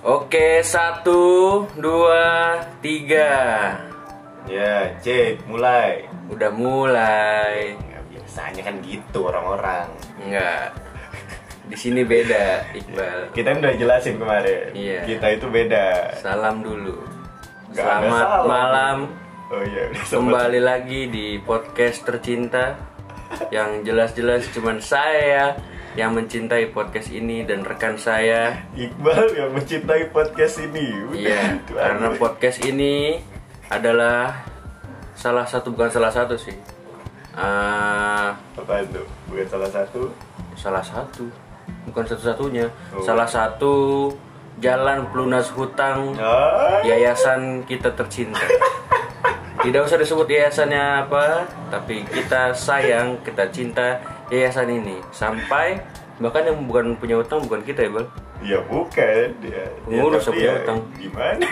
Oke, 1, 2, 3. Ya, cek, mulai. Udah mulai. Ya, biasanya kan gitu orang-orang. Enggak. Di sini beda, Iqbal. Kita udah jelasin kemarin. Iya. Kita itu beda. Salam dulu. Nggak ada Selamat salam. malam. Oh iya, udah Kembali lagi di podcast tercinta. Yang jelas-jelas cuman saya yang mencintai podcast ini dan rekan saya Iqbal yang mencintai podcast ini. Udah, iya, itu karena aja. podcast ini adalah bukan salah satu sih. Apaan tuh? Bukan salah satu. Bukan satu-satunya. Oh. Salah satu jalan pelunas hutang Ah, yayasan kita tercinta. Tidak usah disebut yayasannya apa, tapi kita sayang, kita cinta yayasan ini. Sampai bahkan yang bukan punya hutang bukan kita ya, Bal. ya bukan. Ya, Pengurus tapi punya hutang. Gimana?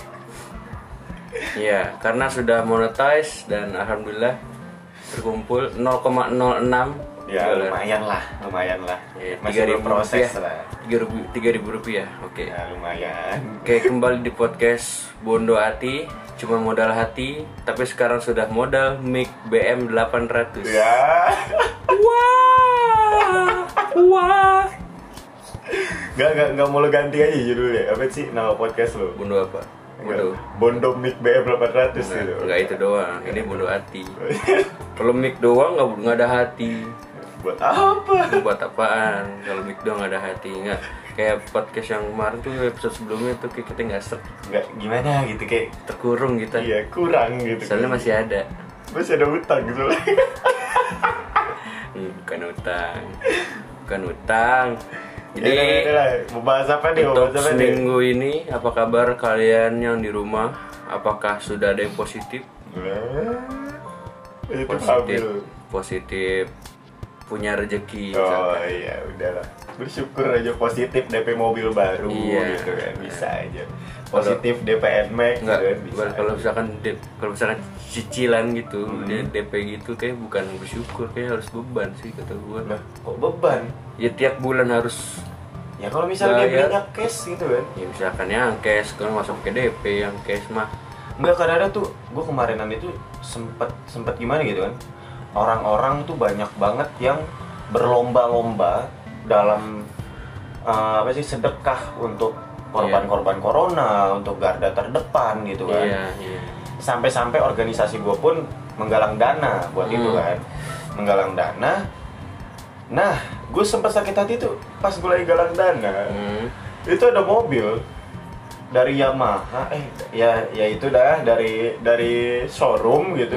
Iya, karena sudah monetize dan alhamdulillah terkumpul 0,06 Ya dolar. lumayan lah. Ya, Masih 3.000 berproses rupiah. lah. 3.000 rupiah. Oke. Ya lumayan. Oke, kembali di podcast Bondo Hati. Cuma modal hati, tapi sekarang sudah modal mic BM 800. Ya. Wah. Wah. Gak mau lo ganti aja judulnya. Apa sih nama podcast lo? Bondo apa? Bondo. Bondo Mic BM 800 gitu. Enggak itu doang. Ini Bondo Hati. Kalau mic doang nggak ada hati. Buat apa? Buat apaan? Kalau mic doang nggak ada hati, nggak kayak podcast yang kemarin tuh episode sebelumnya tuh kayak kita nggak Nggak gimana gitu kayak. terkurung kita. Iya kurang gitu. Soalnya masih ada. Masih ada utang gitu. Bukan utang. Bukan utang. Jadi mau bahas apa nih? untuk seminggu ini apa kabar kalian yang di rumah? Apakah sudah ada yang positif? Itu Positif, hamil. positif punya rezeki. Oh misalkan. iya udahlah. Bersyukur aja positif DP mobil baru Iya. gitu kan bisa aja. Positif DP NMAX Enggak, gitu kan bisa. kalau misalkan cicilan gitu, Hmm. DP gitu kayak bukan bersyukur, kayak harus beban sih kata gua. Lah, kok beban? Ya tiap bulan harus, Ya kalau misalnya dia Bayar. belinya cash gitu kan. ya misalkan yang cash, kalau masuk ke DP yang cash mah. Enggak kadang-kadang tuh gue kemarinan itu sempet gimana gitu kan. Orang-orang tuh banyak banget yang berlomba-lomba dalam apa sih sedekah untuk korban-korban corona, untuk garda terdepan gitu kan. Iya, iya. Sampai-sampai organisasi gue pun menggalang dana buat itu kan, menggalang dana. Nah, gue sempat sakit hati tuh pas gue lagi galang dana. Itu ada mobil dari Yamaha, ya itu dah dari showroom gitu.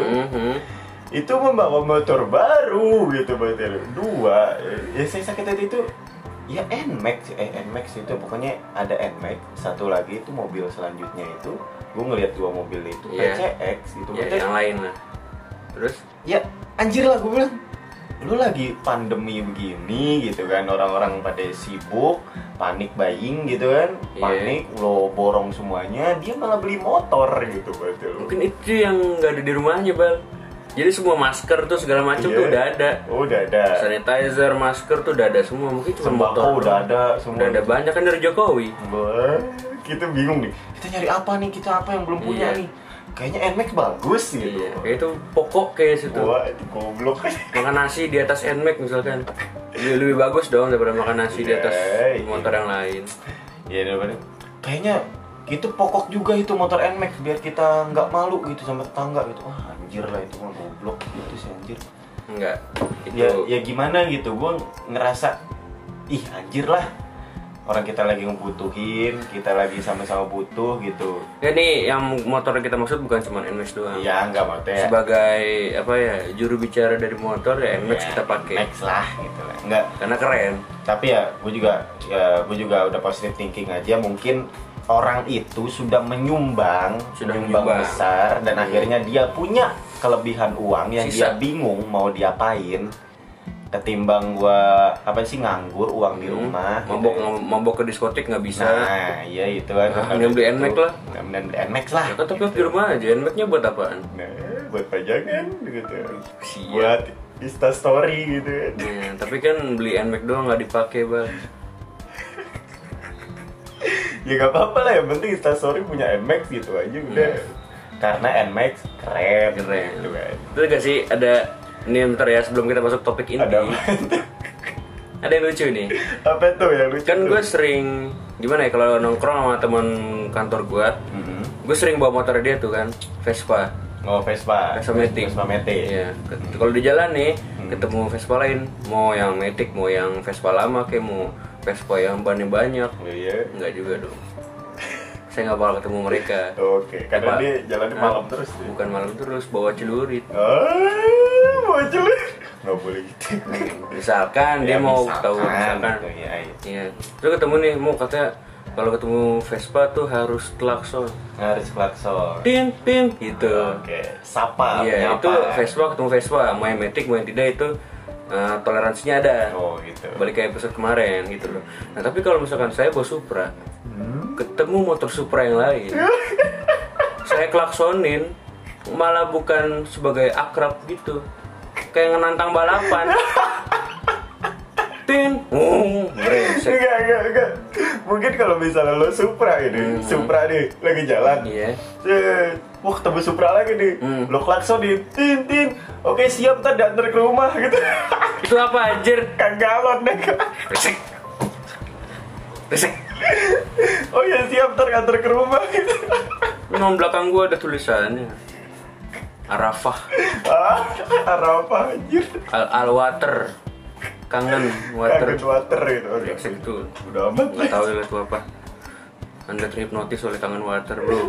Itu membawa motor baru gitu berarti 2. Ya saya sakit hati itu ya NMAX itu pokoknya ada NMAX. Satu lagi itu mobil selanjutnya itu gue ngeliat 2 mobil itu Iya. PCX gitu. Ya, Berarti yang lain lah. Terus ya anjir lah gue bilang, lu lagi pandemi begini gitu kan, orang-orang pada sibuk panik buying gitu kan, Iya. panik lo borong semuanya, dia malah beli motor gitu berarti lu. mungkin itu yang nggak ada di rumahnya, Bal. Jadi semua masker tuh segala macam Iya. tuh udah ada. Oh, udah ada. Sanitizer, masker tuh udah ada semua. Mungkin cuma Sembako motor udah doang. ada semua. Udah ada banyak kan dari Jokowi. Wah, kita bingung nih. Kita nyari apa nih? Kita apa yang belum punya Iya. nih? Kayaknya NMAX bagus gitu. Iya, kayak itu pokok kayak situ. Wah, itu goblok. Makan nasi di atas NMAX misalkan. Lebih bagus dong daripada makan nasi di atas Iya, motor iya. yang lain. Iya daripada. Kayaknya itu pokok juga itu motor NMAX biar kita nggak malu gitu sama tetangga gitu. Wah, anjir lah itu mah goblok gitu sih anjir. Enggak. Itu Ya gimana gitu, gue ngerasa ih anjir lah. Orang kita lagi ngebutuhin, kita lagi sama-sama butuh gitu. ya nih yang motor yang kita maksud bukan cuma NMAX doang. Iya, nggak mau teh. Sebagai apa ya, juru bicara dari motor ya NMAX kita pakai. NMAX lah gitu lah. Enggak. Karena keren. Tapi ya gue juga udah positive thinking aja, mungkin orang itu sudah menyumbang besar dan akhirnya dia punya kelebihan uang yang Sisa. dia bingung mau diapain, ketimbang gua apa sih nganggur uang di rumah gitu ya. Mabok ke diskotik nggak bisa. Nah iya itu kan. Mending beli NMAX lah. Mending beli NMAX lah. Ya kan tapi di rumah aja. NMAX-nya buat apaan? Nah, buat pajangan gitu. Siap. Buat Insta story gitu kan. Tapi kan beli NMAX doang nggak dipakai, Bang. Ya gak apa-apa lah, yang penting Instastory punya NMAX gitu aja udah. Karena NMAX keren gitu kan. Terus gak sih ada ini bentar ya sebelum kita masuk topik inti. Ada yang lucu nih. Apa tuh yang lucu? Kan gue sering gimana ya kalau nongkrong sama teman kantor gue, gue sering bawa motor dia tuh kan, Vespa. Oh, Vespa Matic. Iya. Kalau di jalan nih ketemu Vespa lain, mau yang Matic, mau yang Vespa lama, kayak mau Vespa yang bannya banyak. Iya. Enggak juga dong. Saya nggak bakal ketemu mereka. Oke, karena dia jalannya malam terus. Bukan malam terus, bawa celurit. Bawa celurit. Nggak boleh gitu. Misalkan dia mau tahu, misalkan. Gitu, Iya. Terus ketemu nih, mau katanya kalau ketemu Vespa tuh harus klakson. Harus klakson. Tin, tin, gitu. Oke, sapa. Iya, nyapa. itu Vespa ketemu Vespa, mau yang Matic, mau yang tidak itu toleransinya ada. Oh, gitu. Balik kayak episode kemarin gitu loh. Nah, tapi kalau misalkan saya bawa Supra, ketemu motor Supra yang lain, saya klaksonin, malah bukan sebagai akrab gitu, kayak ngenantang balapan. Tin, brengsek. Enggak. Mungkin kalau misalnya lo Supra ini, Supra nih lagi jalan. Iya. Wah, ketemu Supra lagi nih. Lo klaksonin, tin. Oke, siap, ntar diantar ke rumah gitu. Itu apa anjir? Kagak deh. Resek. Oh ya, siap, ntar antar ke rumah gitu. Memang belakang gua ada tulisannya. Arafah. Arafah anjir. Al-water. Kangen water. Kangen water gitu. Brengsek itu. Udah amat. Nggak tahu ya itu apa. Anda terhipnotis oleh kangen water, bro.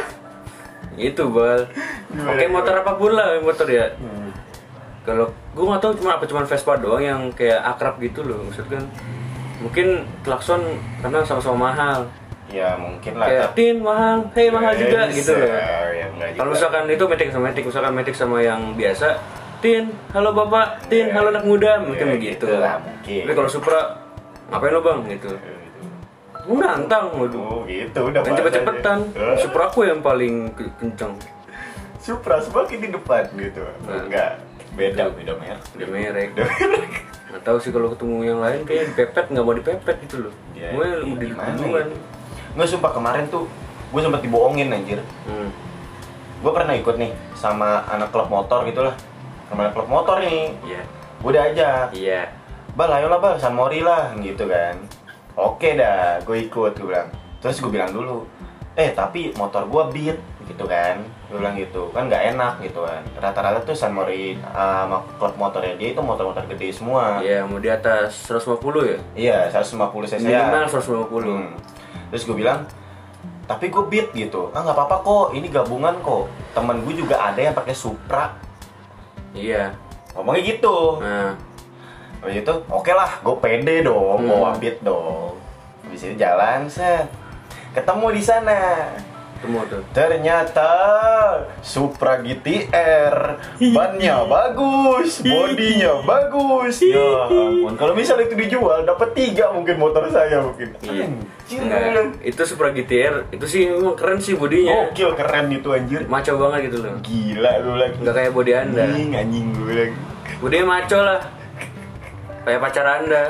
Itu bal. Oke, motor apapun lah motor ya. Kalau gue nggak tahu cuma Vespa doang yang kayak akrab gitu loh. Maksudnya kan mungkin klakson karena sama-sama mahal. Ya mungkin lah. Kayak tin mahal, hey mahal juga gitu loh. Ya, Kalau misalkan itu Matic sama Matic, misalkan Matic sama yang biasa, tin, halo bapak, tin, halo anak muda, mungkin begitu. Lah, mungkin. Tapi kalau Supra, ngapain lo bang gitu? Gue nantang, waduh. Oh gitu, udah. Dan cepet-cepetan, Supra aku yang paling kenceng. Supra semakin di depan gitu. Enggak, beda merek. Udah merek. Nggak tahu sih kalau ketemu yang lain kayak dipepet, nggak mau dipepet gitu loh. Gue di duluan. Nggak, sumpah kemarin tuh gue sempat dibohongin anjir. Gue pernah ikut nih sama anak klub motor gitu lah. Sama anak klub motor nih. Iya. Gue udah ajak. Iya. Bal, ayolah bal, San Mori lah gitu kan. Oke dah, gue ikut, gue bilang. Terus gue bilang dulu, tapi motor gue beat gitu kan. Gue bilang gitu, kan nggak enak gitu kan. Rata-rata tuh San Mori sama klub motornya dia itu motor-motor gede semua. Iya, mau di atas 150 ya? Iya, 150 cc. Minimal 150. Terus gue bilang, tapi gue beat gitu. Nggak apa-apa kok, ini gabungan kok. Temen gue juga ada yang pakai Supra. Iya. Ngomongnya gitu. Nah, gitu, oke lah, gue pede dong, bawa beat dong. Habis itu jalan, set. Ketemu di sana. ketemu tuh. Ternyata Supra GTR, bannya bagus, bodinya bagus. Ya ampun, kalau misalnya itu dijual dapat 3 mungkin motor saya mungkin. Iya. Enggak, itu Supra GTR itu sih memang keren sih bodinya. Gokil, keren itu anjir. Maco banget gitu loh. Gila lu lagi. Enggak kayak bodi Anda. Anjing gue lagi. Bodinya maco lah. Kayak pacar Anda.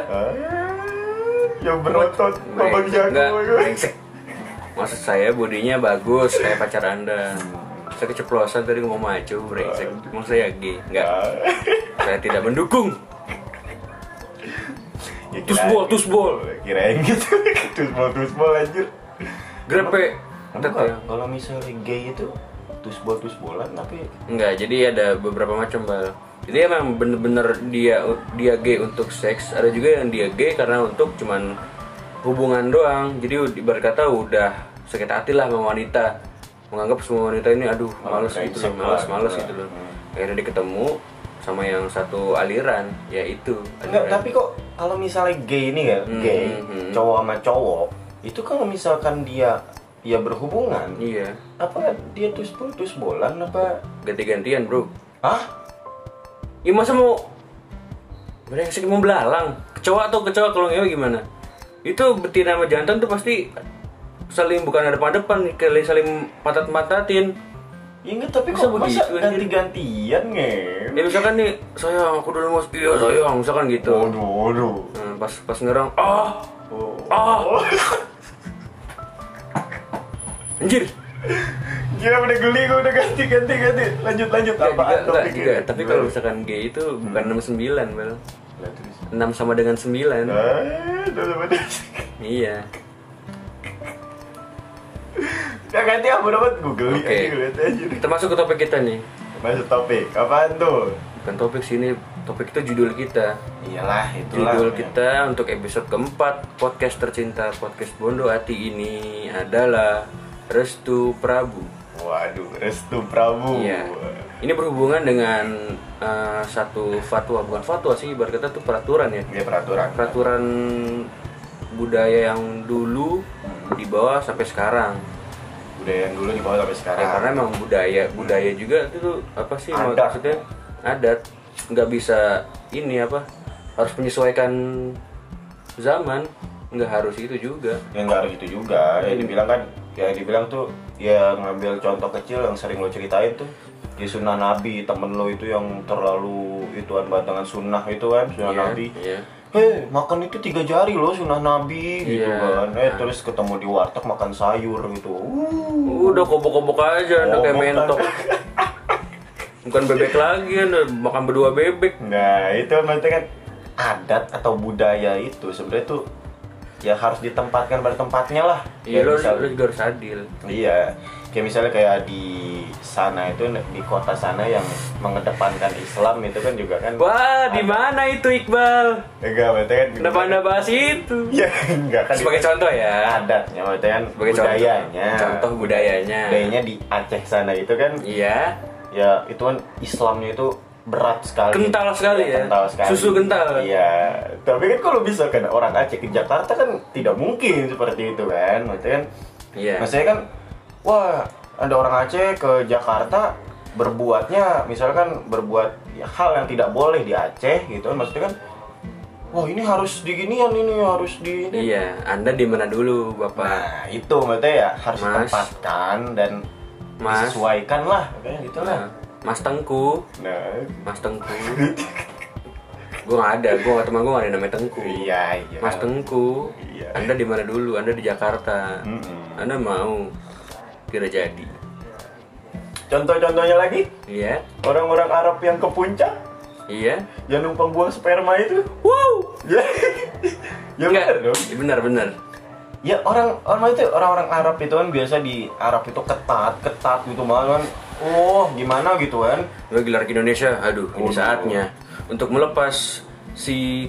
Yang berotot, babak jago. Brengsek. Maksud saya bodinya bagus kayak pacar Anda. Saya keceplosan tadi ngomong maco, brengsek. Emang saya gay? Enggak. Saya tidak mendukung. Ya, Tusbol. Kirain gitu. Tusbol anjir. Grepe. Kalau misalnya gay itu tusbolan tapi enggak, jadi ada beberapa macam, Bal. Jadi emang bener-bener dia gay untuk seks, ada juga yang dia gay karena untuk cuman hubungan doang. Jadi ibarat kata udah sakit hati lah sama wanita, menganggap semua wanita ini aduh males gitu loh, males gitu loh. Akhirnya dia ketemu sama yang satu aliran, yaitu enggak, tapi kok kalau misalnya gay ini ya, gay cowok sama cowok itu kalau misalkan dia berhubungan, iya, apa dia tusbolan apa ganti-gantian, bro? Hah? Ya masa mau brengsek mau belalang? Kecoa kalau ngewe gimana? Itu betina sama jantan tuh pasti saling bukan ada depan kali saling patat-patatin. Ya enggak, tapi kok masa ganti-gantian ngewe? Ya misalkan nih, sayang aku dulu mas, iya sayang, misalkan gitu. Waduh. Nah, pas ngerang, Anjir. Gila udah geli, gue udah ganti. Lanjut apaan topiknya? Tapi kalau misalkan G itu bukan 69, Bel. 6 sama dengan 9. Iya. Udah ganti apa dapat Google Oke. Kita masuk ke topik kita nih. Masuk topik. Apaan tuh? Bukan topik sini, topik itu judul kita. Iyalah, itulah. Judul kita untuk episode keempat podcast tercinta podcast Bondo Ati ini adalah Restu Prabu. Waduh, Restu Prabu. Iya. Ini berhubungan dengan satu fatwa, bukan fatwa sih, ibarat kata tuh peraturan ya. Iya, peraturan. Peraturan budaya yang dulu dibawa sampai sekarang. Budaya yang dulu dibawa sampai sekarang. Ya, karena emang budaya juga itu tuh apa sih Adat. maksudnya? Adat. Nggak bisa ini apa? Harus menyesuaikan zaman. Nggak harus itu juga. Ya nggak harus itu juga. Ya dibilang kan, ya dibilang tuh ya ngambil contoh kecil yang sering lo ceritain tuh. Di sunnah Nabi, temen lo itu yang terlalu ituan banget dengan sunnah itu kan, sunnah Iya, Nabi. iya. Makan itu 3 jari loh sunnah Nabi gitu Iya. kan. Terus ketemu di warteg makan sayur gitu. Udah kobok-kobok aja, udah kayak Kobok mentok. Bukan bebek lagi, udah makan berdua bebek. Nah, itu maksudnya kan adat atau budaya itu sebenarnya tuh ya harus ditempatkan pada tempatnya lah. Iya, Kayak lo juga harus adil. Iya, kayak misalnya kayak di sana itu, di kota sana yang mengedepankan Islam itu kan juga kan. Wah, di mana itu Iqbal? Enggak, maksudnya kan. Kenapa Anda bahas itu? Ya, enggak kan. Sebagai contoh ya. Adatnya, maksudnya kan Sebagai budayanya. Contoh budayanya. Budayanya di Aceh sana itu kan. Iya. Ya, itu kan Islamnya itu berat sekali. Kental sekali ya. Kental sekali. Susu kental. Iya. Tapi kan kalau bisa kan orang Aceh ke Jakarta kan tidak mungkin seperti itu kan. Maksudnya kan. Iya. Maksudnya kan, wah ada orang Aceh ke Jakarta berbuatnya, misalkan berbuat hal yang tidak boleh di Aceh gitu kan, maksudnya kan, wah ini harus diginian, ini harus di ini. Iya, Anda di mana dulu, Bapak? Nah itu maksudnya ya harus Mas. ditempatkan dan Mas. disesuaikan lah, kayak gitu lah. Nah, Mas Tengku. Nah, Mas Tengku. Gue nggak ada, teman gue nggak ada namanya Tengku. iya. Mas Tengku. Iya. Anda di mana dulu? Anda di Jakarta. Anda mau? Kira jadi. Contoh-contohnya lagi, Iya. orang-orang Arab yang ke puncak, Iya. yang numpang buang sperma itu. Wow. Ya, ya benar dong. Benar. Ya orang-orang Arab itu kan biasa di Arab itu ketat gitu malah kan. Oh, gimana gitu kan. Gue gelar ke Indonesia. Aduh, ini Waduh. saatnya untuk melepas si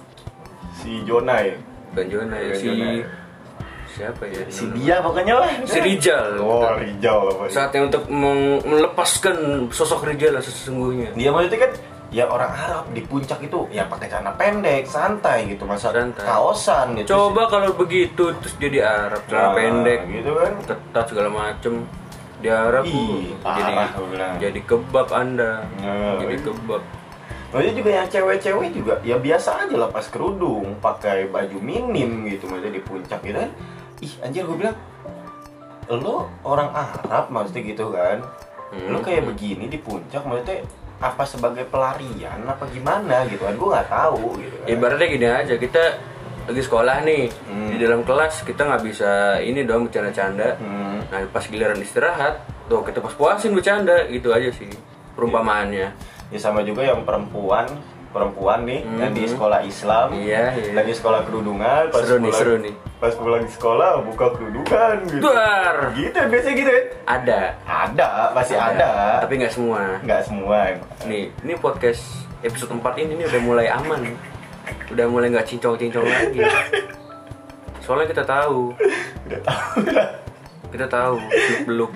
Jonai. bukan Jona ya, Bukan si Jona. siapa ya? Si dia pokoknya lah. Si Rijal. Oh, Rijal apa sih? Saatnya untuk melepaskan sosok Rijal lah sesungguhnya. Dia maksudnya kan ya orang Arab di puncak itu ya pakai celana pendek, santai gitu, masa Santai. kaosan gitu. Coba kalau begitu terus dia di Arab, celana pendek, gitu kan. ketat segala macem. Di Arab Ih, parah, gua bilang. jadi kebab Anda. Nah, Jadi kebab. maksudnya juga yang cewek-cewek juga ya biasa aja lepas kerudung, pakai baju minim gitu maksudnya di puncak gitu kan. Ih, anjir gue bilang, lo orang Arab maksudnya gitu kan. Lo kayak begini di puncak maksudnya apa sebagai pelarian apa gimana gitu kan, gue nggak tahu gitu kan. Ibaratnya gini aja, kita lagi sekolah nih, di dalam kelas kita nggak bisa ini dong bercanda-canda. Nah pas giliran istirahat, tuh kita pas-puasin bercanda, gitu aja sih perumpamaannya. Ya sama juga yang perempuan nih yang di sekolah Islam, Iya. lagi sekolah kerudungan, pas Seru nih. pas pulang sekolah buka kerudungan gitu. Duar. Gitu biasanya gitu kan. Ada, Pasti ada. tapi nggak semua. Nggak semua emang. Nih, ini podcast episode 4 ini udah mulai aman. Udah mulai nggak cincong-cincong lagi. Soalnya kita tahu. Udah tahu lah. Kita tahu beluk.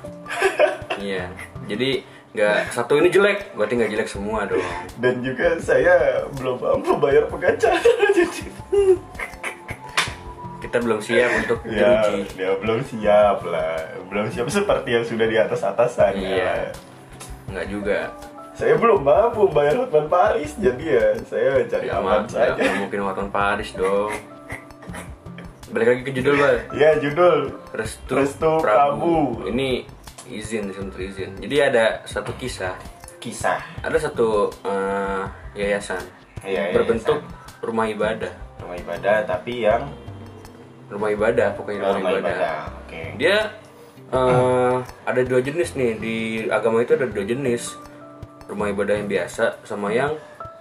Iya. Jadi nggak satu ini jelek, berarti nggak jelek semua dong. Dan juga saya belum mampu bayar pengacara jadi Kita belum siap untuk ya, diuji. ya belum siap lah, belum siap seperti yang sudah di atas atasan. Iya. Nggak juga. Saya belum mampu bayar Hotman Paris, jadi ya saya cari aman saja. Nggak mungkin Hotman Paris dong. Balik lagi ke judul, Bal. Ya judul Restu Prabu. Ini izin untuk izin. Jadi ada satu kisah. Kisah Ada satu yayasan Iya, berbentuk rumah ibadah. rumah ibadah tapi yang Rumah ibadah, pokoknya rumah ibadah. Oke. Dia ada 2 jenis nih di agama itu, ada 2 jenis rumah ibadah yang biasa sama yang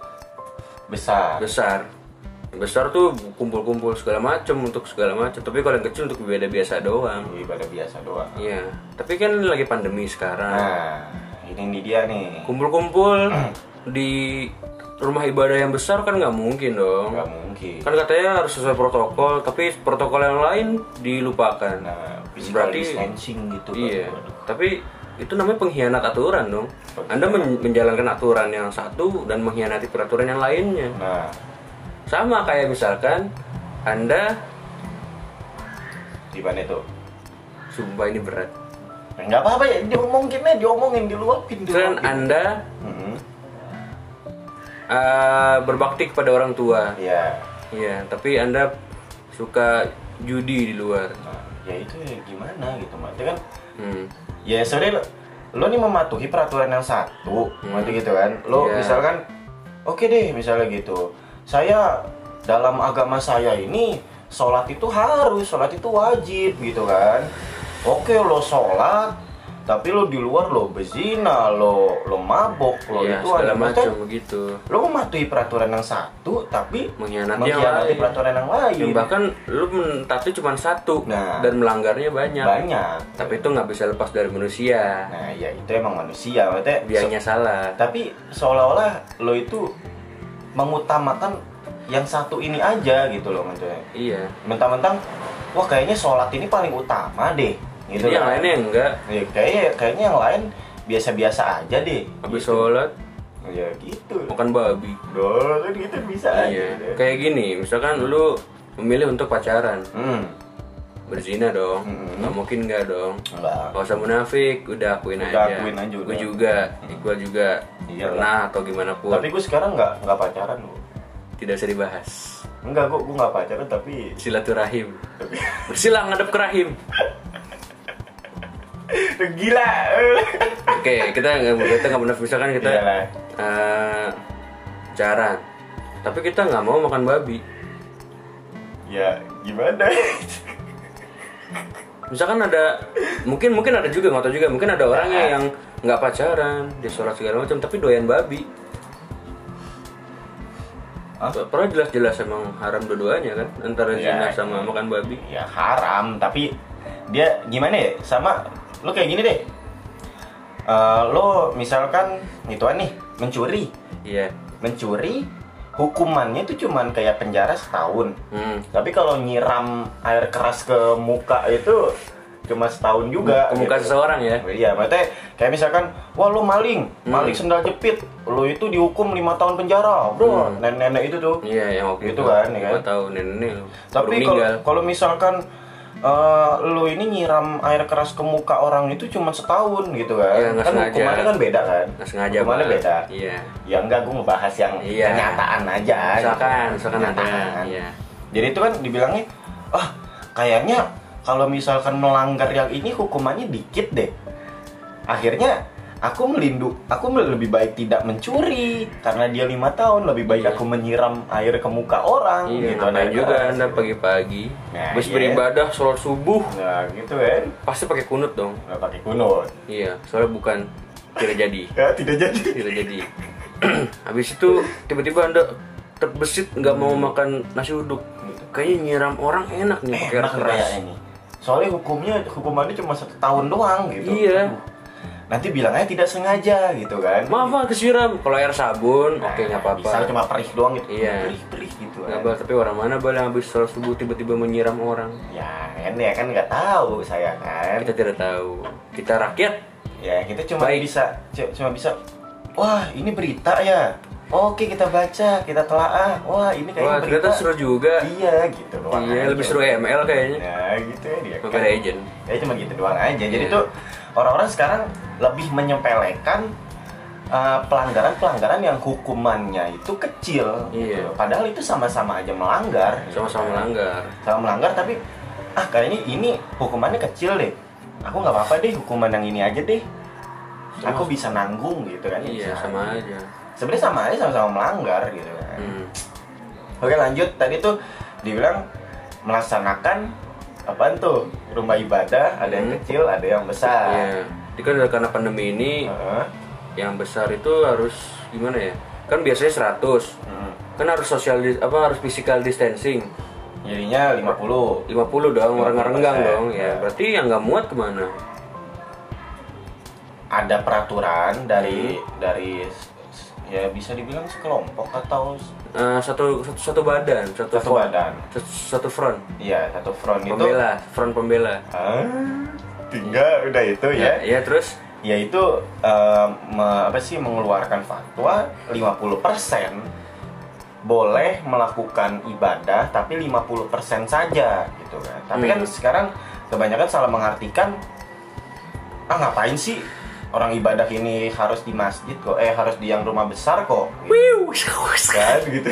besar tuh kumpul-kumpul segala macam untuk segala macam, tapi kalau yang kecil untuk ibadah biasa doang. Iya, tapi kan lagi pandemi sekarang. Nah, ini dia nih. Kumpul-kumpul di rumah ibadah yang besar kan nggak mungkin dong. Nggak mungkin. Kan katanya harus sesuai protokol, tapi protokol yang lain dilupakan. Nah, physical distancing gitu. Iya. Tapi itu namanya pengkhianat aturan dong. Anda menjalankan aturan yang satu dan mengkhianati peraturan yang lainnya. Nah, sama kayak misalkan Anda di mana itu? Sumpah ini berat. Nggak apa-apa ya, diomongin, diluapin. Kan Anda berbakti kepada orang tua. Iya. Iya, tapi Anda suka judi di luar. Nah, ya itu ya gimana gitu, Mak. Itu kan ya sebenarnya lo nih mematuhi peraturan yang satu, gitu kan. Lo misalkan oke deh, misalnya gitu. Saya dalam agama saya ini sholat itu wajib gitu kan. Oke, lo sholat, tapi lo di luar lo berzina, lo mabok, lo itu segala macam begitu. Lo mematuhi peraturan yang satu, tapi mengkhianati peraturan yang lain. Yang bahkan lo mentaati cuma satu, dan melanggarnya banyak. Tapi itu nggak bisa lepas dari manusia. Nah, ya itu emang manusia, maksudnya. Biarnya salah. Tapi seolah-olah lo itu mengutamakan yang satu ini aja gitu loh, maksudnya. Iya. Mentang-mentang, wah kayaknya sholat ini paling utama deh. Gitu. Jadi yang lainnya enggak. Ya, kayaknya yang lain biasa-biasa aja deh. Habis gitu. sholat, ya gitu. makan babi. Kan gitu bisa iya. aja. Kayak gini, misalkan lu memilih untuk pacaran. Berzina dong. Nggak mungkin enggak dong. Enggak. Gak usah munafik, udah akuin aja. Gue juga, Iqbal juga. Pernah atau gimana pun. Tapi gue sekarang nggak pacaran loh. Tidak usah dibahas. Enggak, gue nggak pacaran tapi silaturahim. Bersilang ngadep ke rahim. Gila. Oke, kita nggak pernah misalkan kita pacaran, tapi kita nggak mau makan babi. Ya gimana? Misalkan ada, mungkin ada juga, nggak tahu juga, mungkin ada orangnya yang nggak pacaran, dia sholat segala macam, tapi doyan babi. Padahal jelas-jelas emang haram dua-duanya kan, antara zina sama makan babi. Ya haram, tapi dia gimana ya? Sama lo kayak gini deh. Lo misalkan ituan nih, mencuri. Iya. Mencuri, hukumannya itu cuman kayak penjara setahun. Tapi kalau nyiram air keras ke muka itu cuma setahun juga. Ke muka gitu. Seseorang ya? Iya, maksudnya kayak misalkan, wah lo maling sendal jepit, lo itu dihukum 5 tahun penjara, bro. Nenek-nenek itu tuh. Iya, yang waktu itu kan, ya 5 tahun nenek lo. Tapi kalau misalkan lo ini nyiram air keras ke muka orang itu cuma setahun gitu kan, ya, kan hukumannya kan beda kan, hukumannya beda. Iya. Ya enggak, gue ngebahas yang kenyataan aja. Misalkan ada. Iya. Jadi itu kan dibilangnya, kayaknya kalau misalkan melanggar yang ini hukumannya dikit deh. Akhirnya aku lebih baik tidak mencuri karena dia 5 tahun, lebih baik aku menyiram air ke muka orang. Iya, gitu. Nah juga Anda pagi-pagi habis beribadah sholat subuh. Nah gitu kan. Pasti pakai kunut dong. Nggak pakai kunut. Iya, soalnya bukan tidak jadi. Tidak jadi. Habis itu tiba-tiba Anda terbesit nggak mau makan nasi uduk. Kayaknya nyiram orang enak nih pakai air keras. Soalnya hukumannya cuma 1 tahun doang gitu. Iya. Nanti bilang aja tidak sengaja gitu kan. Maaf kesiram. Kalau air sabun, oke nggak apa-apa. Bisa cuma perih doang gitu. Iya. Perih gitu kan. Tapi orang mana yang habis sholat subuh tiba-tiba menyiram orang? Ya kan nggak tahu saya kan. Kita tidak tahu. Kita rakyat. Ya kita cuma bisa. Wah ini berita ya. Oke kita baca, kita telaah. Wah ini kayaknya berita. Ternyata seru juga. Iya gitu doang. Iya lebih seru ML kayaknya. Ya gitu ya dia. Pakai agent. Ya cuma gitu doang aja. Jadi tuh orang-orang sekarang lebih menyepelekan pelanggaran-pelanggaran yang hukumannya itu kecil. Iya. Gitu. Padahal itu sama-sama aja melanggar. Sama-sama melanggar. Sama melanggar tapi kayaknya ini hukumannya kecil deh. Aku nggak apa-apa deh hukuman yang ini aja deh. Aku bisa nanggung gitu kan. Iya sama aja. Sebenarnya sama aja, sama-sama melanggar gitu kan. Oke lanjut, tadi tuh dibilang melaksanakan apaan tuh? Rumah ibadah, ada yang kecil, ada yang besar. Iya. Jadi kan karena pandemi ini yang besar itu harus gimana ya? Kan biasanya 100. Kan harus harus physical distancing. Jadinya 50 dong, orang renggang dong. Ya. Ya, berarti yang nggak muat kemana? Ada peraturan dari ya bisa dibilang sekelompok atau Satu badan, satu badan. satu front. Iya, satu front itu. Front pembela. Tinggal udah itu ya. Ya, terus Yaitu mengeluarkan fatwa 50% boleh melakukan ibadah tapi 50% saja gitu kan. Tapi kan sekarang kebanyakan salah mengartikan, ngapain sih orang ibadah ini harus di masjid kok, harus di yang rumah besar kok kan gitu.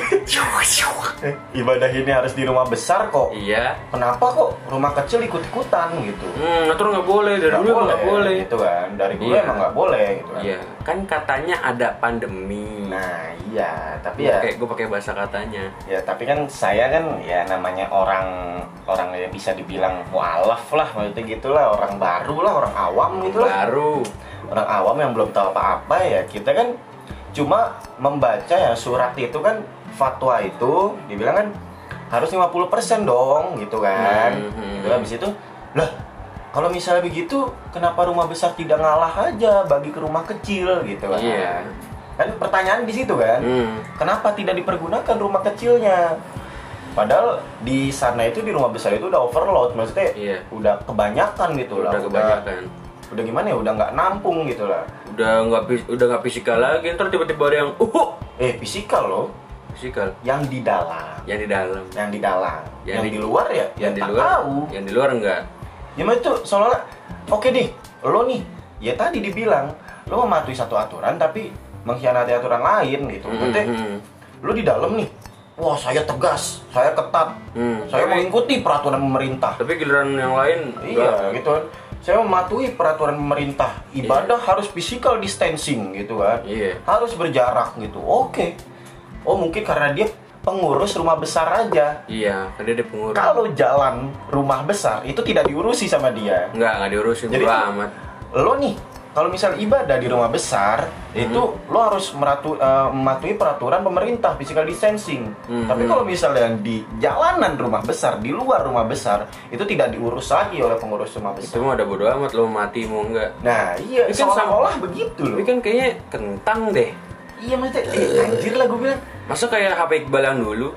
Ibadah ini harus di rumah besar kok. Iya. Kenapa kok rumah kecil ikut-ikutan gitu? Atur nggak boleh, dari dulu nggak boleh gitu kan. Dari dulu emang nggak boleh gitu kan. Iya, kan katanya ada pandemi. Nah iya, tapi gue pakai bahasa katanya. Ya tapi kan saya kan ya namanya orang yang bisa dibilang mualaf lah, maksudnya gitulah, orang baru lah, orang awam gitu lah. Orang awam yang belum tahu apa-apa ya, kita kan cuma membaca ya surat itu kan, fatwa itu dibilang kan harus 50% dong gitu kan. Gitu, habis itu lah kalau misalnya begitu kenapa rumah besar tidak ngalah aja bagi ke rumah kecil gitu kan. Iya. Kan pertanyaan di situ kan. Kenapa tidak dipergunakan rumah kecilnya? Padahal di sana itu, di rumah besar itu udah overload, maksudnya udah kebanyakan gitu lah. Udah kebanyakan. Udah gimana ya, udah nggak nampung gitu lah. Udah nggak fisikal lagi, ntar tiba-tiba ada yang fisikal loh. Fisikal. Yang di dalam. Yang di dalam. Yang di luar ya? Yang di luar. Tahu. Yang di luar enggak. Ya mah itu soalnya oke deh, lo nih ya tadi dibilang lo mematuhi satu aturan tapi mengkhianati aturan lain gitu. Maksudnya lo di dalam nih, wah saya tegas, saya ketat, saya mengikuti peraturan pemerintah. Tapi giliran yang lain iya gitu kan. Saya mematuhi peraturan pemerintah, ibadah harus physical distancing gitu kan. Harus berjarak gitu. Oke. Oh mungkin karena dia pengurus rumah besar aja. Iya, karena dia pengurus. Kalau jalan rumah besar itu tidak diurusi sama dia. Nggak diurusin. Jadi amat. Lo nih, kalau misal ibadah di rumah besar, itu lo harus mematuhi peraturan pemerintah physical distancing. Tapi kalau misalnya di jalanan rumah besar, di luar rumah besar, itu tidak diurus lagi oleh pengurus rumah besar. Itu mah ada bodo amat lo mati mau enggak. Nah iya, seolah-olah begitu loh. Tapi kan kayaknya kentang deh. Iya maksudnya, anjir lah gue bilang. Masa kayak HP Iqbal yang dulu?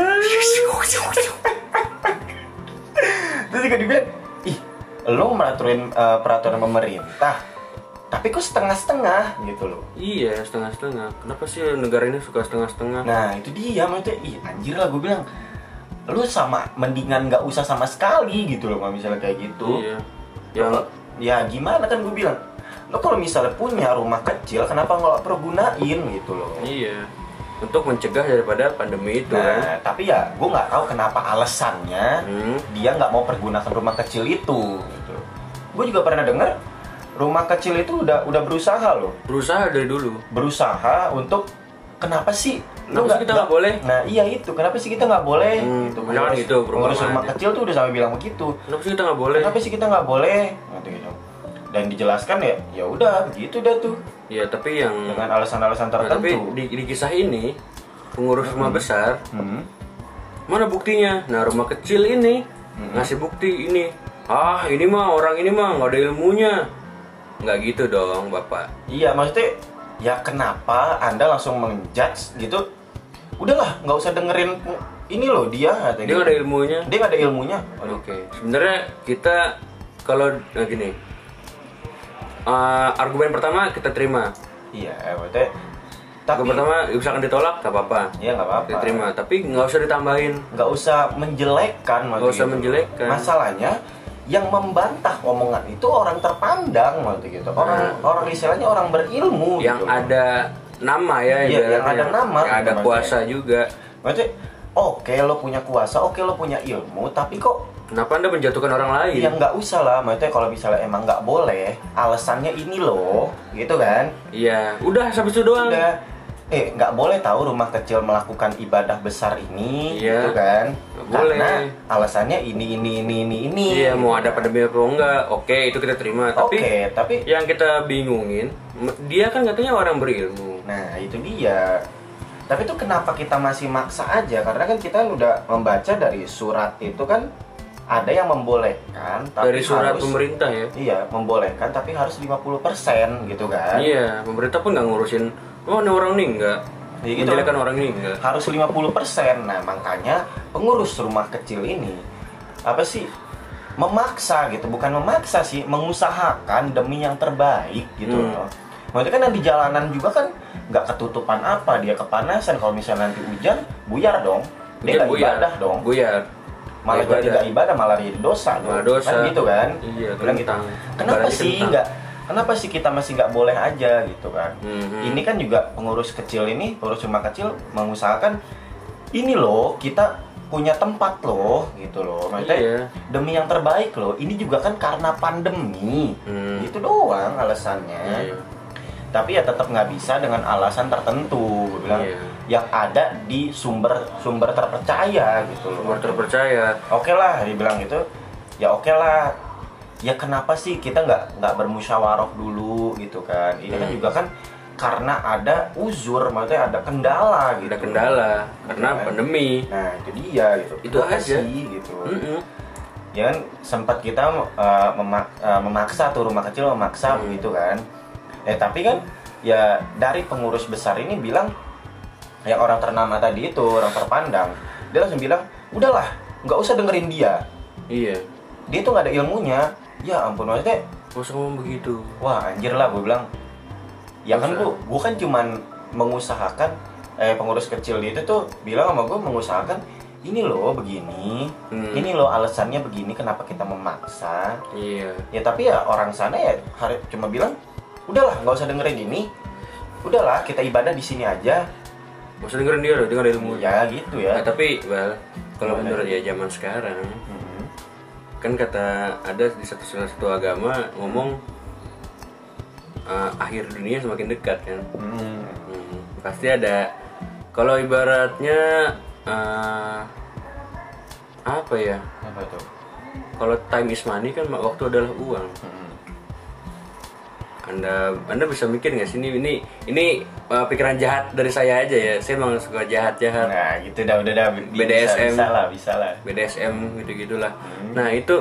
Terus juga dibilang, lo meraturin peraturan pemerintah, tapi kok setengah-setengah gitu loh. Iya, setengah-setengah. Kenapa sih negara ini suka setengah-setengah? Nah itu dia, maksudnya, anjir lah gue bilang, lo sama mendingan nggak usah sama sekali gitu loh, kalau misalnya kayak gitu. Iya. Ya gimana kan gue bilang, lo kalau misalnya punya rumah kecil, kenapa nggak pergunain gitu loh? Iya. Untuk mencegah daripada pandemi itu kan. Tapi ya gue nggak tahu kenapa alasannya dia nggak mau pergunakan rumah kecil itu. Gitu. Gue juga pernah dengar rumah kecil itu udah berusaha loh. Berusaha dari dulu. Berusaha untuk kenapa sih? Kenapa sih kita nggak boleh? Nah iya itu, kenapa sih kita nggak boleh? Gitu. Pengurus rumah kecil tuh udah sampai bilang begitu. Kenapa sih kita nggak boleh? Kenapa sih kita nggak boleh? Gitu. Dan dijelaskan ya udah begitu dah tuh. Ya tapi yang dengan alasan-alasan tertentu. Tapi di kisah ini pengurus rumah besar mana buktinya? Nah rumah kecil ini ngasih bukti ini. Ini mah orang ini mah nggak ada ilmunya. Nggak gitu dong bapak. Iya maksudnya ya kenapa anda langsung menjudge gitu? Udahlah nggak usah dengerin ini loh dia nggak ada ilmunya. Dia nggak ada ilmunya. Oke. Sebenarnya kita kalau gini. Argumen pertama kita terima. Iya, maksudnya. Tapi argumen pertama misalkan ditolak, nggak apa-apa. Iya nggak apa-apa. Kita terima, tapi nggak usah ditambahin. Nggak usah menjelekkan. Nggak usah menjelekkan. Masalahnya yang membantah omongan itu orang terpandang, maksudnya gitu. Orang istilahnya orang berilmu. Yang gitu. ada nama ya. Iya, yang ada nama. Yang ada kuasa juga. Maksudnya, oke lo punya kuasa, oke lo punya ilmu, tapi kok kenapa anda menjatuhkan orang lain? Ya nggak usah lah, maksudnya kalau misalnya emang nggak boleh, alasannya ini loh, gitu kan? Iya, udah sampai situ doang. Udah, nggak boleh tahu rumah kecil melakukan ibadah besar ini, Iya. gitu kan? Nggak Karena boleh. alasannya ini. Iya, mau ada pandemi apa enggak? Oke, itu kita terima. Tapi Oke, tapi yang kita bingungin, dia kan katanya orang berilmu. nah itu dia. Tapi itu kenapa kita masih maksa aja? Karena kan kita udah membaca dari surat itu kan ada yang membolehkan, tapi Dari surat harus, pemerintah ya. Iya, membolehkan tapi harus 50% gitu kan? Iya, pemerintah pun nggak ngurusin. Oh, ini orang nih enggak. Iya, gitu. Menjelekan orang ini enggak. Harus 50%. Nah, makanya pengurus rumah kecil ini apa sih? Memaksa gitu, bukan memaksa sih, mengusahakan demi yang terbaik gitu loh. Maksudnya kan yang di jalanan juga kan nggak ketutupan apa, dia kepanasan, kalau misalnya nanti hujan, buyar dong. Dia nggak ibadah dong. Buyar. Malah Nggak jadi nggak ibadah, malah jadi dosa dong. Malah dosa. Kan gitu kan? Iya, Bilang gitu. kentang. Kenapa Ibaratnya sih kentang. nggak? Kenapa sih kita masih nggak boleh aja gitu kan? Ini kan juga pengurus kecil ini, pengurus rumah kecil mengusahakan ini loh, kita punya tempat loh gitu loh. Maksudnya Iya. demi yang terbaik loh. Ini juga kan karena pandemi. Gitu doang alasannya. Iya. Tapi ya tetap nggak bisa dengan alasan tertentu. Gue bilang Iya. yang ada di sumber terpercaya gitu loh. Sumber terpercaya. Oke lah, dibilang gitu. Ya oke lah. Ya kenapa sih kita nggak bermusyawarah dulu gitu kan? Ini kan juga kan karena ada uzur, maksudnya ada kendala gitu. Ada kendala karena Kan? pandemi. Nah itu dia gitu. Itu Apa aja. sih gitu. Mm-mm. Ya kan sempat kita memaksa tuh, rumah kecil memaksa begitu kan. Tapi kan ya dari pengurus besar ini bilang, yang orang ternama tadi itu, orang terpandang, dia langsung bilang, udahlah, nggak usah dengerin dia. Iya. Dia tuh nggak ada ilmunya. Ya ampun, maksudnya, Gak usah ngomong begitu. wah anjir lah, gue bilang. Ya kan gue kan cuman mengusahakan, pengurus kecil itu tuh bilang sama gue, mengusahakan ini loh begini, ini loh alasannya begini, kenapa kita memaksa. Iya. Ya tapi ya orang sana ya cuma bilang, udahlah nggak usah dengerin ini, udahlah kita ibadah di sini aja. Gak usah dengerin dia loh, denger ilmu. Ya gitu ya. Nah, tapi kalau Gimana? menurut ya zaman sekarang, kan kata ada di salah satu agama ngomong akhir dunia semakin dekat kan. Pasti ada. Kalau ibaratnya apa ya? Apa tuh? Kalau time is money kan waktu adalah uang. Anda bisa mikir nggak sih ini pikiran jahat dari saya aja ya. Saya emang suka jahat-jahat. Nah gitu dah, udah dah. BDSM. Bisa lah. BDSM gitu-gitulah. Nah itu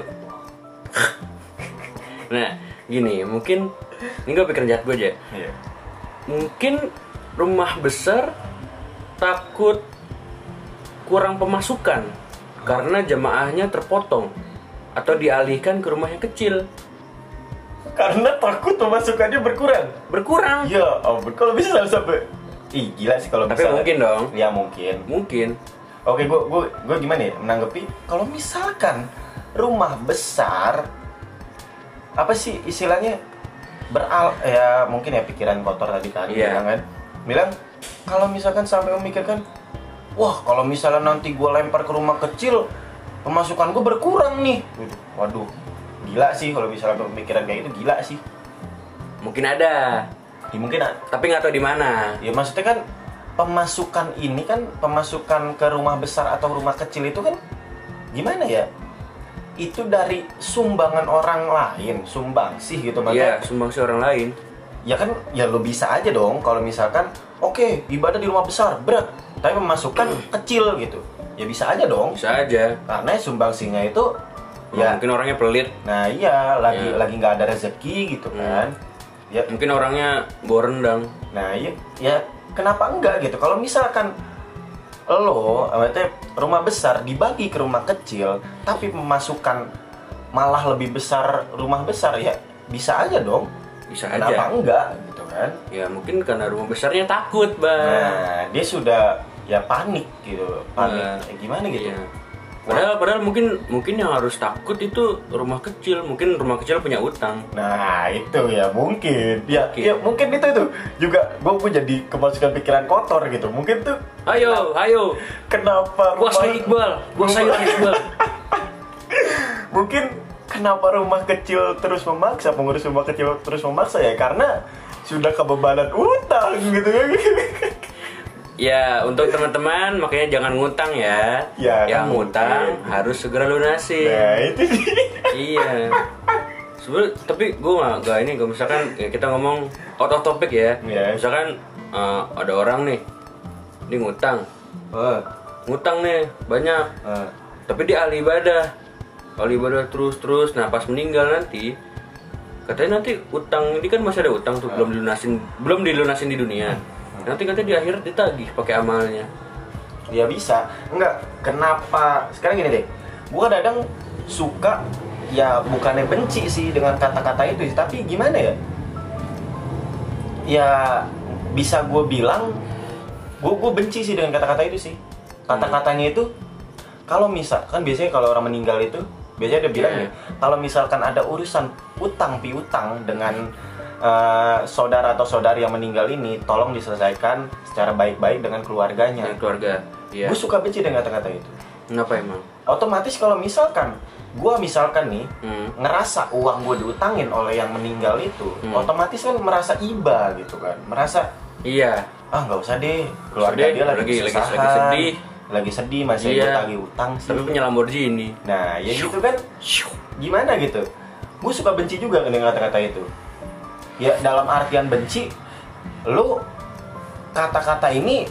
nah gini, mungkin ini gue pikiran jahat gue aja. Iya. Mungkin rumah besar takut kurang pemasukan karena jamaahnya terpotong atau dialihkan ke rumah yang kecil. Karena takut pemasukannya berkurang. Ya ampun, kalau bisa sampai gila sih kalau bisa. Tapi mungkin dong. Ya mungkin. Mungkin. Oke, gue gimana ya menanggapi kalau misalkan rumah besar, apa sih istilahnya, ya mungkin ya pikiran kotor tadi kan. Iya. Bilang kalau misalkan sampai memikirkan, wah kalau misalnya nanti gue lempar ke rumah kecil, pemasukan gue berkurang nih. Waduh, gila sih kalau misalnya pemikiran kayak itu, gila sih. Mungkin ada. Ya, mungkin Tapi nggak tahu di mana. ya maksudnya kan pemasukan ini kan, pemasukan ke rumah besar atau rumah kecil itu kan gimana ya? Itu dari sumbangan orang lain, sumbangsih gitu Iya, makanya. sumbangsi orang lain. Ya kan, ya lo bisa aja dong kalau misalkan oke, ibadah di rumah besar berat, tapi pemasukan kecil gitu. Ya bisa aja dong. Bisa aja. Karena sumbangsinya itu Ya, mungkin orangnya pelit. nah iya lagi Ya. nggak ada rezeki gitu kan. Ya, Mungkin orangnya bawa rendang. nah iya, ya kenapa enggak gitu? Kalau misalkan lo, maksudnya rumah besar dibagi ke rumah kecil, tapi pemasukan malah lebih besar rumah besar, ya bisa aja dong. Bisa Kenapa aja. enggak gitu kan? Ya mungkin karena rumah besarnya takut, Bang. Nah, dia sudah ya panik gitu, panik. Nah, Gimana gitu? Iya. Padahal mungkin yang harus takut itu rumah kecil. Mungkin rumah kecil punya utang. Nah itu ya mungkin. Ya, Mungkin. ya mungkin itu juga gue pun jadi kemasukan pikiran kotor gitu. Mungkin tuh Ayo. kenapa Gua sayur Iqbal. Gua sayur Iqbal. Mungkin kenapa rumah kecil terus memaksa, pengurus rumah kecil terus memaksa ya karena sudah kebebanan utang gitu kan. Ya, untuk teman-teman makanya jangan ngutang ya. Ya, Yang kan ngutang mungkin. harus segera lunasin. Nah, itu Iya. Sebenarnya tapi gue nggak ini, gue misalkan ya kita ngomong out of topic ya. Iya. Misalkan ada orang nih, dia ngutang nih banyak, tapi dia ahli ibadah terus. Nah pas meninggal nanti, katanya nanti utang ini kan masih ada utang tuh belum dilunasin di dunia. Nanti katanya di akhirat ditagih pakai amalnya. ya bisa. Enggak, kenapa? Sekarang gini deh. Gua kadang suka, ya bukannya benci sih dengan kata-kata itu, tapi gimana ya? Ya bisa gue bilang, gue benci sih dengan kata-kata itu sih. Kata-katanya itu, kalau misalkan biasanya kalau orang meninggal itu, biasanya dia bilang nih, kalau misalkan ada urusan utang piutang dengan saudara atau saudari yang meninggal ini, tolong diselesaikan secara baik-baik dengan keluarganya. Dengan keluarga. Iya. Gue suka benci dengan kata-kata itu. Kenapa emang? Otomatis kalau misalkan gue nih ngerasa uang gue diutangin oleh yang meninggal itu, otomatis kan merasa iba gitu kan, merasa Iya. nggak usah deh, keluarga Sedih, dia lagi kesusahan, lagi sedih masih Iya. tagih utang sih. Tapi punya Lamborghini. Nah ya gitu kan, gimana gitu? Gue suka benci juga dengan kata-kata itu. Ya dalam artian benci, lu kata-kata ini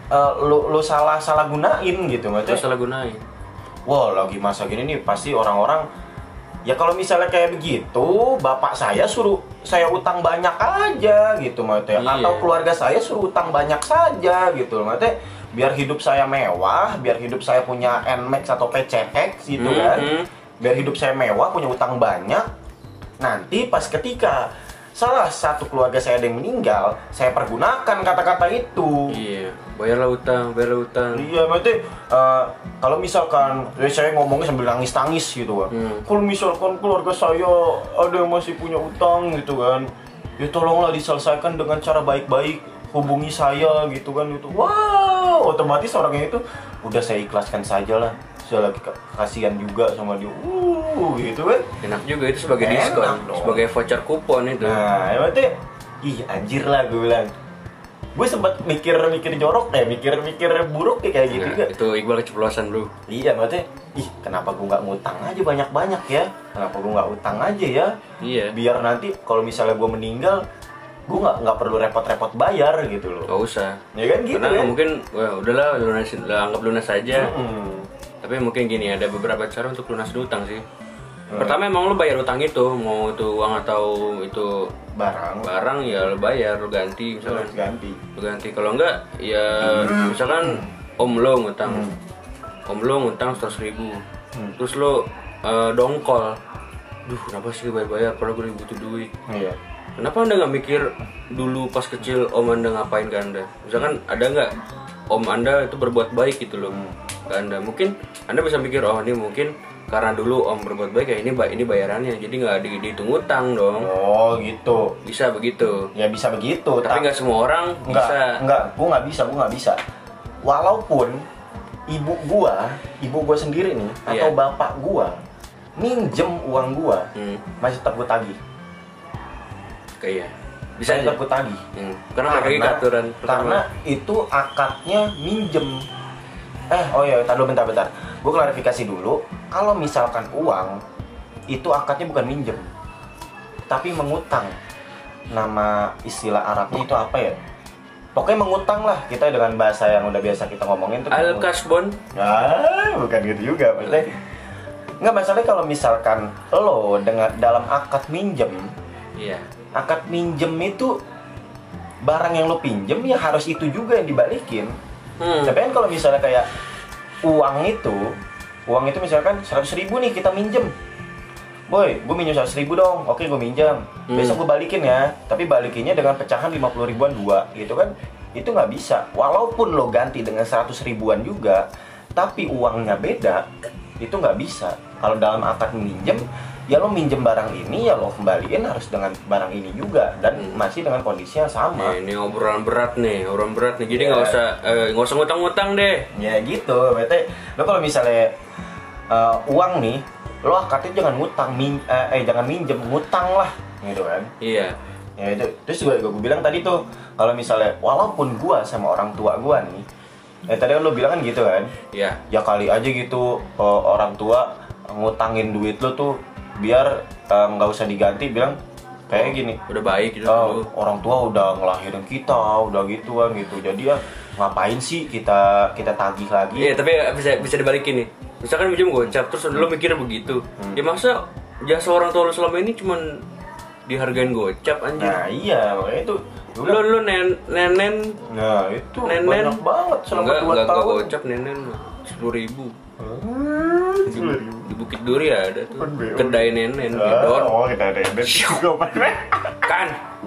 lu salah gunain gitu, Terus maksudnya. salah gunain. Wah lagi masa gini nih pasti orang-orang, ya kalau misalnya kayak begitu, bapak saya suruh saya utang banyak aja gitu maksudnya. Iya. Atau keluarga saya suruh utang banyak saja gitu maksudnya, biar hidup saya mewah, biar hidup saya punya NMAX atau PCX gitu kan, biar hidup saya mewah, punya utang banyak. Nanti pas ketika salah satu keluarga saya ada yang meninggal, saya pergunakan kata-kata itu. Iya, bayarlah utang. Iya, berarti kalau misalkan saya ngomongnya sambil nangis-nangis gitu kan. Kalau misalkan keluarga saya ada yang masih punya utang gitu kan, ya tolonglah diselesaikan dengan cara baik-baik, hubungi saya gitu kan itu. Wow, otomatis orangnya itu udah saya ikhlaskan saja lah. Saya lagi kasihan juga sama dia. Gitu kan. Enak juga itu sebagai Enak diskon, dong. sebagai voucher kupon itu. Nah, ya berarti anjir lah gue bilang. Gue sempat mikir jorok mikir buruk kayak gitu Nah, juga. itu Iqbal keceplosan bro. Iya, maksudnya, kenapa gue nggak ngutang aja banyak-banyak ya? Kenapa gue nggak utang aja ya? Iya. Biar nanti kalau misalnya gue meninggal, gue nggak perlu repot-repot bayar gitu loh. Gak usah. Ya kan gitu Karena kan? mungkin, wah udahlah lunasin, anggap lunas saja. Hmm. Tapi mungkin gini, ada beberapa cara untuk lunasin utang sih. Pertama emang lu bayar utang itu, mau itu uang atau itu barang ya lu bayar, lu ganti misalkan. Lu ganti. Kalau enggak ya misalkan om lo ngutang 100.000. Terus lo dongkol. Duh, kenapa sih bayar-bayar padahal gue butuh duit. Iya. Kenapa anda nggak mikir dulu pas kecil om anda ngapain ke anda? Misalkan ada nggak om anda itu berbuat baik gitu loh ke anda? Mungkin anda bisa mikir, oh ini mungkin karena dulu om berbuat baik ya ini bayarannya, jadi nggak dihitung utang dong. Oh gitu. Bisa begitu. Ya bisa begitu. Tapi nggak semua orang bisa. Enggak, gue nggak bisa. Walaupun ibu gua sendiri nih, atau bapak gua minjem uang gua, masih tetap gue tagih. Kayak bisa Saya aja. tetap gue tagih. Karena lagi aturan Karena itu akadnya minjem. Oh iya, tadi bentar. Gue klarifikasi dulu. Kalau misalkan uang, itu akadnya bukan minjem, tapi mengutang. Nama istilah Arabnya itu apa ya? Pokoknya mengutang lah, kita dengan bahasa yang udah biasa kita ngomongin tuh. Al-kasbon. Bukan gitu juga. Maksudnya, nggak, masalahnya kalau misalkan lo dalam akad minjem, Iya. akad minjem itu barang yang lo pinjem ya harus itu juga yang dibalikin. Tapi kan kalau misalnya kayak uang itu misalkan 100.000 nih kita minjem, boy, gue minjem 100.000 dong, oke gue minjem, besok gue balikin ya, tapi balikinnya dengan pecahan 50 ribuan dua, gitu kan, itu nggak bisa. Walaupun lo ganti dengan 100 ribuan juga, tapi uangnya beda, itu nggak bisa. Kalau dalam akad minjem, ya lo minjem barang ini ya lo kembaliin harus dengan barang ini juga dan masih dengan kondisi yang sama. Ini obrolan berat nih. Jadi nggak usah ngutang-ngutang deh. Ya gitu, berarti lo kalau misalnya uang nih, lo akadnya jangan ngutang, jangan minjem, ngutang lah, gitu kan? Iya. Ya itu. Terus juga gue bilang tadi tuh, kalau misalnya walaupun gue sama orang tua gue nih, tadi kan lo bilang kan gitu kan? Iya. Ya kali aja gitu orang tua ngutangin duit lo tuh biar nggak usah diganti, bilang kayak gini. Udah baik gitu. Orang tua udah ngelahirin kita, udah gituan gitu. Jadi ya ngapain sih kita tagih lagi? Iya, tapi bisa dibalikin nih. Misalkan minjem gocap terus lo mikir begitu. Ya masa jasa orang tua lo selama ini cuman dihargain gocap anjir. Nah iya, makanya itu Lo nenen. Nah itu Nenen. banyak banget selama 2 tahun. Enggak gocap nenen 10.000. Di Bukit Duri ada tuh kedai nenen gedon. Oh, kita nenen juga Kan.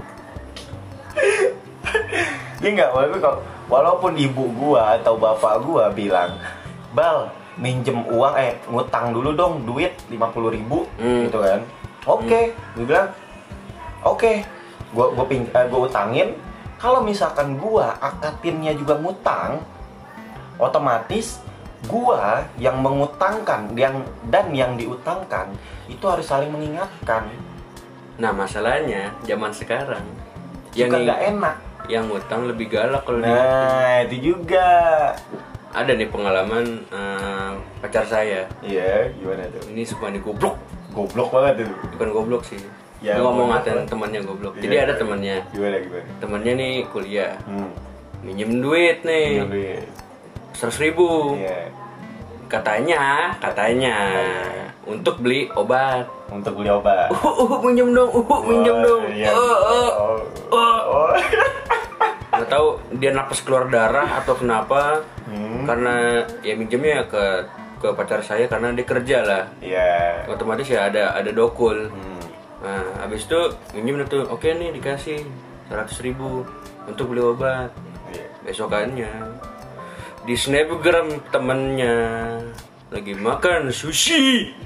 Dia nggak, walaupun ibu gua atau bapak gua bilang, Bal, minjem uang, ngutang dulu dong duit 50.000 gitu kan. Oke, gue bilang oke, gue utangin. Kalau misalkan gua akatinnya juga ngutang, otomatis gua yang mengutangkan dan yang diutangkan itu harus saling mengingatkan. Nah masalahnya zaman sekarang Suka nggak enak. Yang ngutang lebih galak kalau Nah itu juga. Ada nih pengalaman pacar saya. Iya, gimana tuh? Ini suka goblok. Goblok banget itu. Bukan goblok sih. Ya, Lu ngomong goblok ngatain banget. temannya goblok. Iya, Jadi ada iya. temannya. Gimana? Temannya nih kuliah. Minjem duit nih. Duit. 100.000. Iya. Katanya untuk beli obat. Untuk beli obat. Minjem dong. Minjem dong. Iya. Oh. Nggak tahu dia napas keluar darah atau kenapa. Karena ya minjemnya ke pacar saya karena dia kerja lah. Iya. Otomatis ya ada dokul. Nah habis itu minjem tuh, oke nih dikasih 100.000 untuk beli obat. Iya. Besokannya di snapgram temennya lagi makan sushi.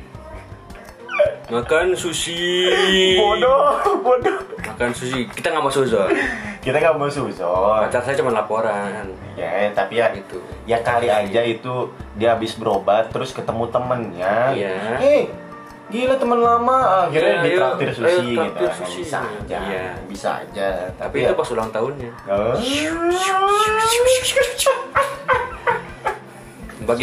Bodoh. Makan sushi. Kita nggak mau suzon. Kita nggak mau suzon. Pacar saya cuma laporan. Ya, tapi ya Gitu. Ya kali aja itu dia habis berobat terus ketemu temennya. Iya. Gila teman lama, akhirnya Iya, ditraktir ayo, sushi gitu. traktir sushi. Bisa aja. Iya. Bisa aja. Tapi itu pas ulang tahunnya. Bagi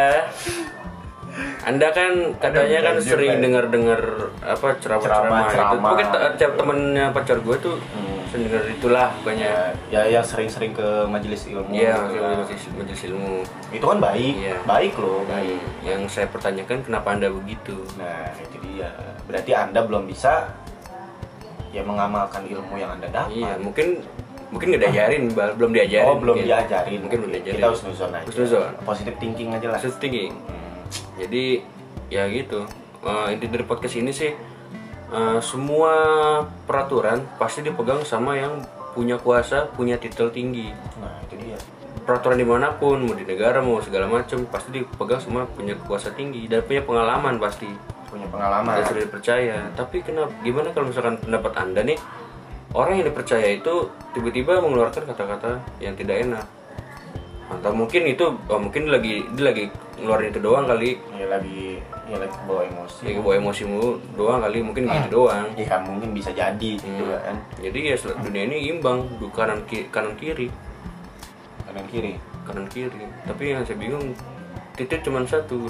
Anda kan katanya kan Lanjut, sering Pak. dengar apa ceramah itu. Ceramah. Mungkin temennya pacar gue tuh sering dengar itulah banyak. Ya yang sering-sering ke majelis ilmu. Iya, gitu. majelis ilmu. Itu kan baik. Iya. Baik loh, baik. Yang saya pertanyakan kenapa Anda begitu? Nah, itu dia. Berarti Anda belum bisa ya mengamalkan ilmu yang Anda dapat. Iya, mungkin nggak diajarin, belum diajarin. Oh, belum mungkin. diajarin. Mungkin belum diajarin. Kita husnuzon aja. Husnuzon. Positive thinking aja lah. Positive thinking. Jadi ya gitu. Inti dari podcast ini sih semua peraturan pasti dipegang sama yang punya kuasa, punya titel tinggi. Nah, itu dia. Peraturan dimanapun, mau di negara mau segala macam pasti dipegang sama punya kuasa tinggi dan punya pengalaman pasti. Punya pengalaman. Dan sudah dipercaya. Tapi gimana kalau misalkan pendapat Anda nih, orang yang dipercaya itu tiba-tiba mengeluarkan kata-kata yang tidak enak, atau mungkin itu mungkin dia lagi ngeluarin itu doang kali, Ya lagi bawa emosi. lagi bawa emosimu doang kali, mungkin gitu doang. Ya mungkin bisa jadi gitu kan. Jadi ya dunia ini imbang, kanan kiri Kanan kiri. Tapi yang saya bingung titik cuma satu,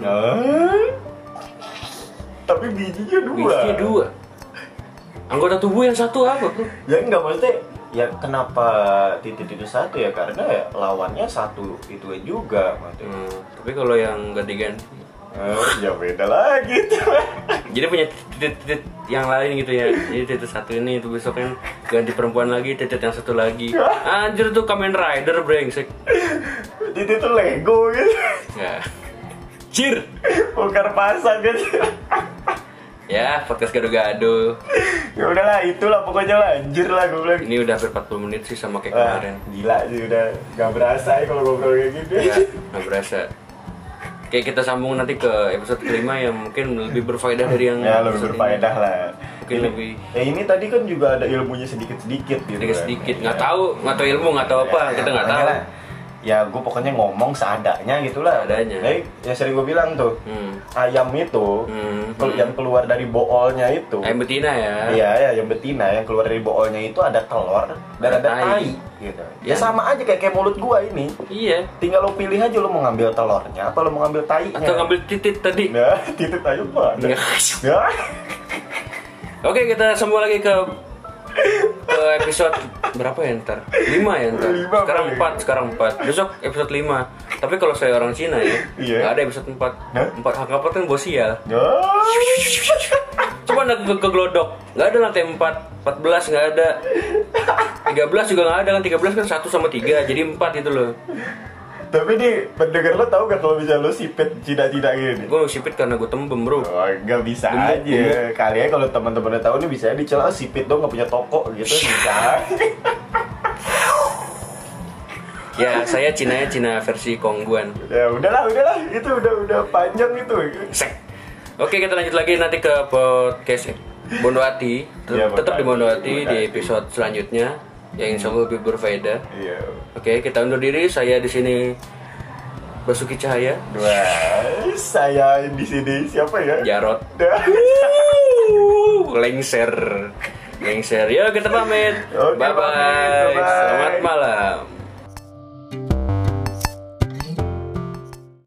Tapi bijinya bijinya 2. Anggota tubuh yang satu apa bro? Ya enggak, maksudnya ya kenapa titik itu satu ya, karena ya lawannya satu itu juga maksudnya. Tapi kalau yang ganti-ganti Ya beda lagi tuh. jadi punya titik yang lain gitu ya. Jadi titik satu ini itu besok kan ganti perempuan lagi, titik yang satu lagi. Anjir tuh Kamen Rider brengsek. Titik itu Lego gitu. Ya. Cir. Bongkar pasang gitu. Ya, podcast gado-gado. Ya udahlah, itulah pokoknya lah, anjir lah gue bilang. Ini udah hampir 40 menit sih sama kayak Wah, kemarin. gila sih, udah gak berasa ya kalau ngobrol kayak gitu. Ya, nggak berasa. Kayak kita sambung nanti ke episode kelima yang mungkin lebih berfaedah dari yang Ya lebih episode berfaedah ini. lah. Mungkin lebih ini tadi kan juga ada ilmunya sedikit-sedikit gitu. sedikit-sedikit. Nggak tahu ilmu, nggak tahu apa, kita nggak tahu. Makanya lah, ya gue pokoknya ngomong seadanya gitulah. Seadanya. Nah, yang sering gue bilang tuh, ayam itu yang keluar dari boolnya itu, Ayam betina ya. iya ya, yang betina yang keluar dari boolnya itu ada telur dan ada tai gitu. Ya sama aja kayak mulut gua ini. Iya. Tinggal lo pilih aja lo mau ngambil telurnya apa lo mau ngambil tainya. Atau ngambil titit tadi. Nah, titit aja mana? Ya. Oke, kita sambung lagi ke episode berapa ya ntar? 5 ya ntar. 5 Sekarang 4. Besok episode 5. Tapi kalau saya orang Cina ya, Iya. nggak ada episode 4. Hah? 4 hangkapat kan bos sial. Ya. Coba anda ke Glodok, nggak ada lantai 4, 14 nggak ada, 13 juga nggak ada kan, 13 kan 1 sama 3, jadi 4 itu loh. Tapi nih, pendengar lo tau gak kalau misalnya lo sipit Cina-Cina gini? Gue sipit karena gue tembem bro. Oh, nggak bisa Gemuk, aja. Kali aja kalau teman-teman tahu nih bisa dicela sipit dong nggak punya toko gitu bisa. Ya saya Cina versi Kongguan. Ya udahlah, itu udah panjang itu. Sek. Oke, kita lanjut lagi nanti ke podcast Bondowati. Ya, Tetap di Bondowati di Bondowati. episode selanjutnya yang insya Allah lebih berfaedah. Iya. Oke, kita undur diri. Saya di sini Basuki Cahaya. Wah, saya di sini siapa ya? Jarot. Lengser. Yuk kita pamit. Oke, Bye pamit. bye. Bye-bye. Selamat malam.